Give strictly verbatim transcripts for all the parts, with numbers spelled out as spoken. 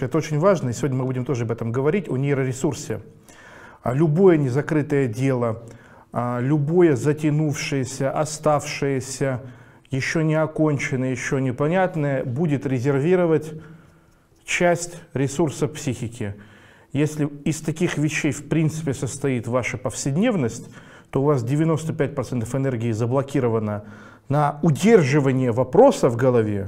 что это очень важно, и сегодня мы будем тоже об этом говорить, о нейроресурсе. Любое незакрытое дело, любое затянувшееся, оставшееся, еще не оконченное, еще непонятное, будет резервировать часть ресурса психики. Если из таких вещей в принципе состоит ваша повседневность, то у вас девяносто пять процентов энергии заблокировано на удерживание вопроса в голове,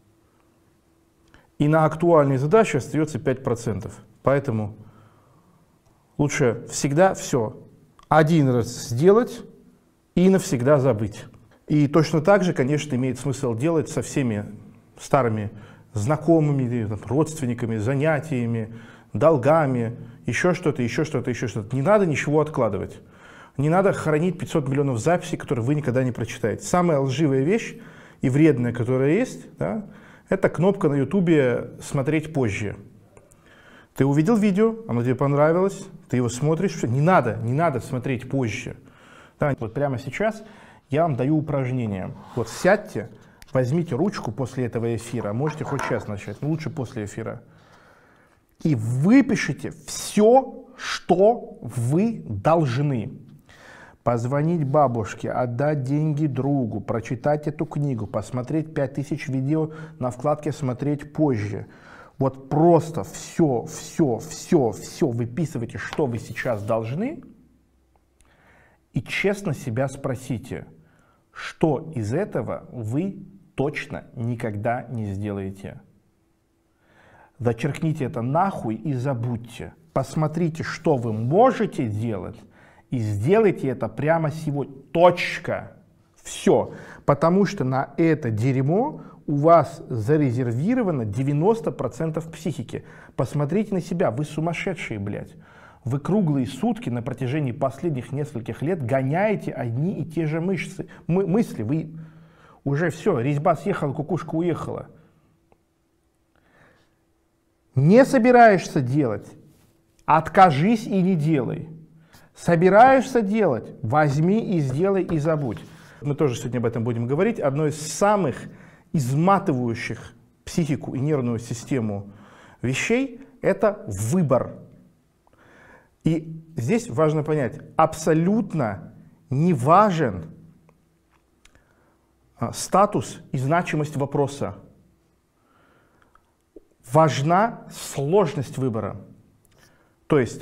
и на актуальные задачи остается пять процентов. Поэтому лучше всегда все один раз сделать и навсегда забыть. И точно так же, конечно, имеет смысл делать со всеми старыми знакомыми, родственниками, занятиями, долгами, еще что-то, еще что-то, еще что-то. Не надо ничего откладывать. Не надо хранить пятьсот миллионов записей, которые вы никогда не прочитаете. Самая лживая вещь и вредная, которая есть, да, это кнопка на ютубе «Смотреть позже». Ты увидел видео, оно тебе понравилось, ты его смотришь, не надо, не надо смотреть позже. Да, вот прямо сейчас я вам даю упражнение. Вот сядьте, возьмите ручку после этого эфира, можете хоть сейчас начать, но лучше после эфира, и выпишите все, что вы должны. Позвонить бабушке, отдать деньги другу, прочитать эту книгу, посмотреть пять тысяч видео на вкладке «Смотреть позже». Вот просто все, все, все, все выписывайте, что вы сейчас должны, и честно себя спросите, что из этого вы точно никогда не сделаете. Зачеркните это нахуй и забудьте. Посмотрите, что вы можете делать, и сделайте это прямо сегодня. Точка. Все. Потому что на это дерьмо у вас зарезервировано девяносто процентов психики. Посмотрите на себя. Вы сумасшедшие, блядь. Вы круглые сутки на протяжении последних нескольких лет гоняете одни и те же мышцы, мы, мысли. Вы уже все, резьба съехала, кукушка уехала. Не собираешься делать, откажись и не делай. Собираешься делать, возьми и сделай и забудь. Мы тоже сегодня об этом будем говорить. Одно из самых изматывающих психику и нервную систему вещей – это выбор. И здесь важно понять, абсолютно не важен статус и значимость вопроса. Важна сложность выбора. То есть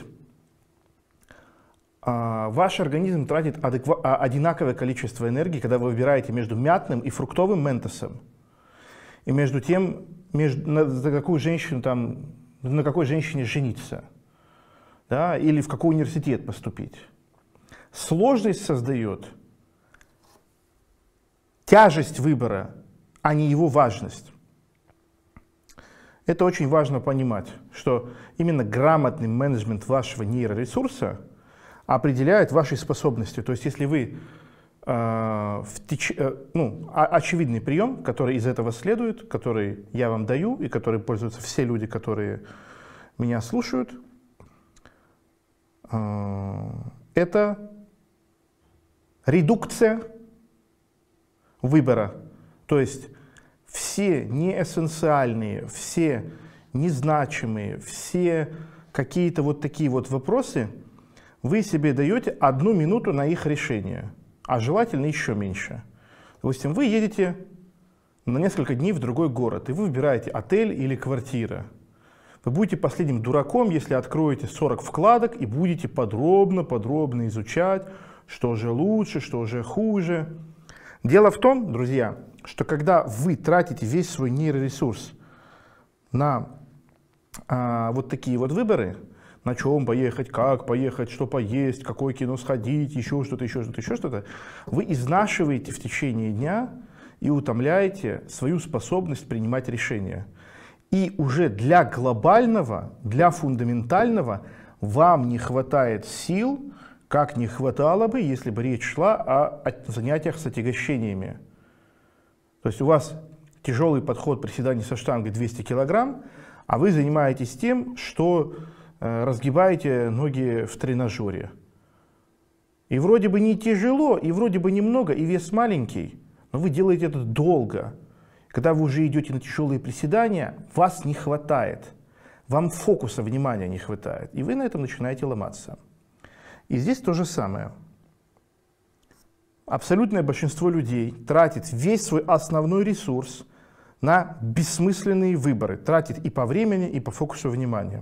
ваш организм тратит одинаковое количество энергии, когда вы выбираете между мятным и фруктовым ментосом, и между тем, между, на, на какую женщину там, на какой женщине жениться, да, или в какой университет поступить. Сложность создает тяжесть выбора, а не его важность. Это очень важно понимать, что именно грамотный менеджмент вашего нейроресурса определяет ваши способности. То есть, если вы, э, в теч... э, ну, очевидный прием, который из этого следует, который я вам даю и который пользуются все люди, которые меня слушают, э, это редукция выбора. То есть, все неэссенциальные, все незначимые, все какие-то вот такие вот вопросы, вы себе даете одну минуту на их решение, а желательно еще меньше. Допустим, вы едете на несколько дней в другой город, и вы выбираете отель или квартиру. Вы будете последним дураком, если откроете сорок вкладок и будете подробно-подробно изучать, что же лучше, что же хуже. Дело в том, друзья, что когда вы тратите весь свой нейроресурс на а, вот такие вот выборы, на чем поехать, как поехать, что поесть, какое кино сходить, еще что-то, еще что-то, еще что-то, вы изнашиваете в течение дня и утомляете свою способность принимать решения. И уже для глобального, для фундаментального вам не хватает сил, как не хватало бы, если бы речь шла о, о занятиях с отягощениями. То есть у вас тяжелый подход приседаний со штангой двести килограмм, а вы занимаетесь тем, что э, разгибаете ноги в тренажере. И вроде бы не тяжело, и вроде бы немного, и вес маленький, но вы делаете это долго. Когда вы уже идете на тяжелые приседания, вас не хватает. Вам фокуса внимания не хватает, и вы на этом начинаете ломаться. И здесь то же самое. Абсолютное большинство людей тратит весь свой основной ресурс на бессмысленные выборы, тратит и по времени, и по фокусу внимания.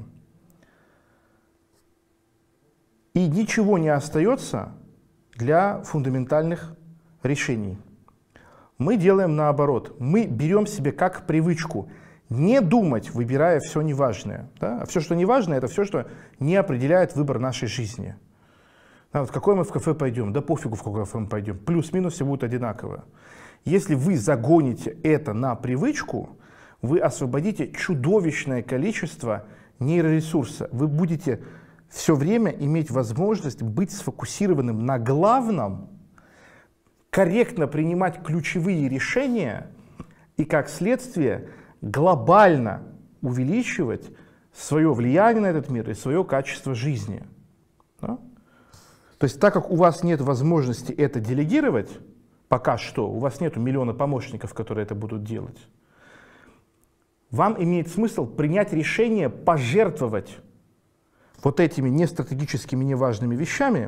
И ничего не остается для фундаментальных решений. Мы делаем наоборот. Мы берем себе как привычку не думать, выбирая все неважное. Да? А все, что неважное, это все, что не определяет выбор нашей жизни. Да, вот в какое мы в кафе пойдем? Да пофигу, в какое кафе мы пойдем. Плюс-минус все будет одинаково. Если вы загоните это на привычку, вы освободите чудовищное количество нейроресурса. Вы будете все время иметь возможность быть сфокусированным на главном, корректно принимать ключевые решения и, как следствие, глобально увеличивать свое влияние на этот мир и свое качество жизни. Да? То есть, так как у вас нет возможности это делегировать, пока что, у вас нет миллиона помощников, которые это будут делать, вам имеет смысл принять решение пожертвовать вот этими нестратегическими, неважными вещами,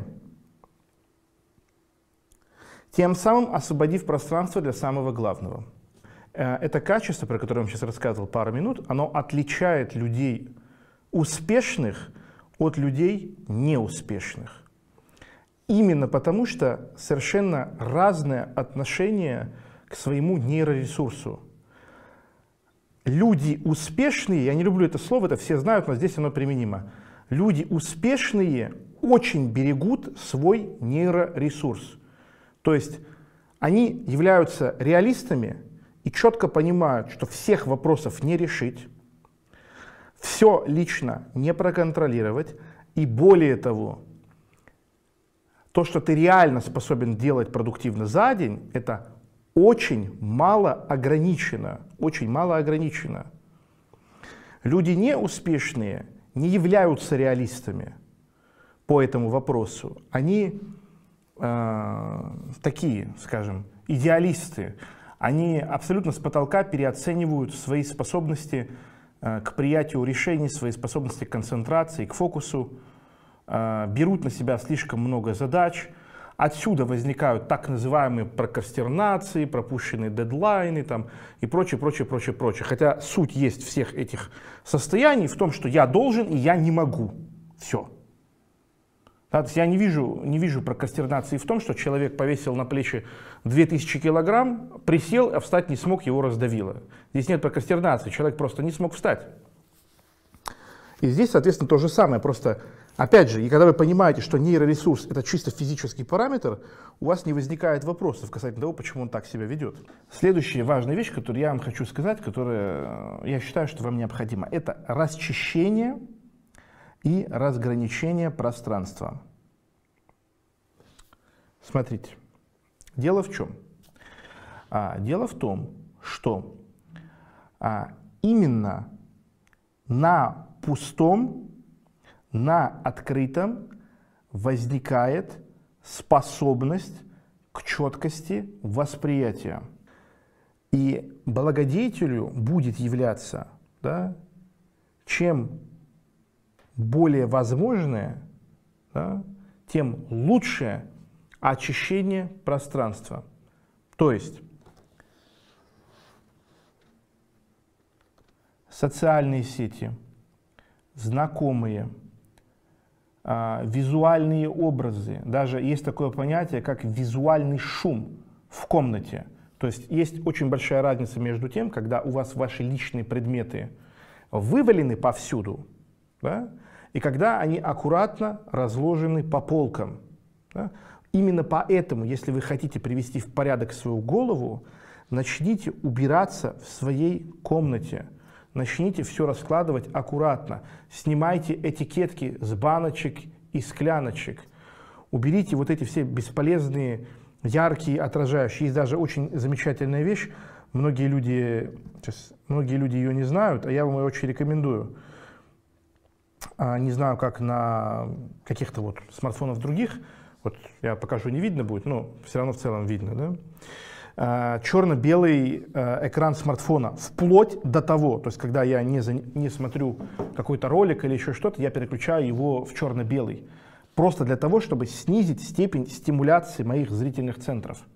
тем самым освободив пространство для самого главного. Это качество, про которое я вам сейчас рассказывал пару минут, оно отличает людей успешных от людей неуспешных. Именно потому, что совершенно разное отношение к своему нейроресурсу. Люди успешные, я не люблю это слово, это все знают, но здесь оно применимо. Люди успешные очень берегут свой нейроресурс. То есть они являются реалистами и четко понимают, что всех вопросов не решить, все лично не проконтролировать, и более того, то, что ты реально способен делать продуктивно за день, это очень мало ограничено, очень мало ограничено. Люди неуспешные не являются реалистами по этому вопросу. Они э, такие, скажем, идеалисты. Они абсолютно с потолка переоценивают свои способности э, к приятию решений, свои способности к концентрации, к фокусу, э, берут на себя слишком много задач. Отсюда возникают так называемые прокрастинации, пропущенные дедлайны там, и прочее, прочее, прочее, прочее. Хотя суть есть всех этих состояний в том, что я должен и я не могу. Все. Да, то есть я не вижу, не вижу прокрастинации в том, что человек повесил на плечи две тысячи килограмм, присел, а встать не смог, его раздавило. Здесь нет прокрастинации, человек просто не смог встать. И здесь, соответственно, то же самое, просто... Опять же, и когда вы понимаете, что нейроресурс – это чисто физический параметр, у вас не возникает вопросов касательно того, почему он так себя ведет. Следующая важная вещь, которую я вам хочу сказать, которая я считаю, что вам необходима, это расчищение и разграничение пространства. Смотрите, дело в чем? А, дело в том, что а, именно на пустом, на открытом возникает способность к четкости восприятия. И благодетелю будет являться, да, чем более возможное, да, тем лучшее очищение пространства. То есть социальные сети, знакомые, визуальные образы, даже есть такое понятие, как визуальный шум в комнате. То есть есть очень большая разница между тем, когда у вас ваши личные предметы вывалены повсюду, да, и когда они аккуратно разложены по полкам. Да. Именно поэтому, если вы хотите привести в порядок свою голову, начните убираться в своей комнате. Начните все раскладывать аккуратно. Снимайте этикетки с баночек и скляночек. Уберите вот эти все бесполезные, яркие, отражающие. Есть даже очень замечательная вещь. Многие люди, сейчас, многие люди ее не знают, а я вам ее очень рекомендую. А, не знаю, как на каких-то вот смартфонах других. Вот я покажу, не видно будет, но все равно в целом видно. Да? э, черно-белый э, экран смартфона, вплоть до того, то есть когда я не, за, не смотрю какой-то ролик или еще что-то, я переключаю его в черно-белый. Просто для того, чтобы снизить степень стимуляции моих зрительных центров.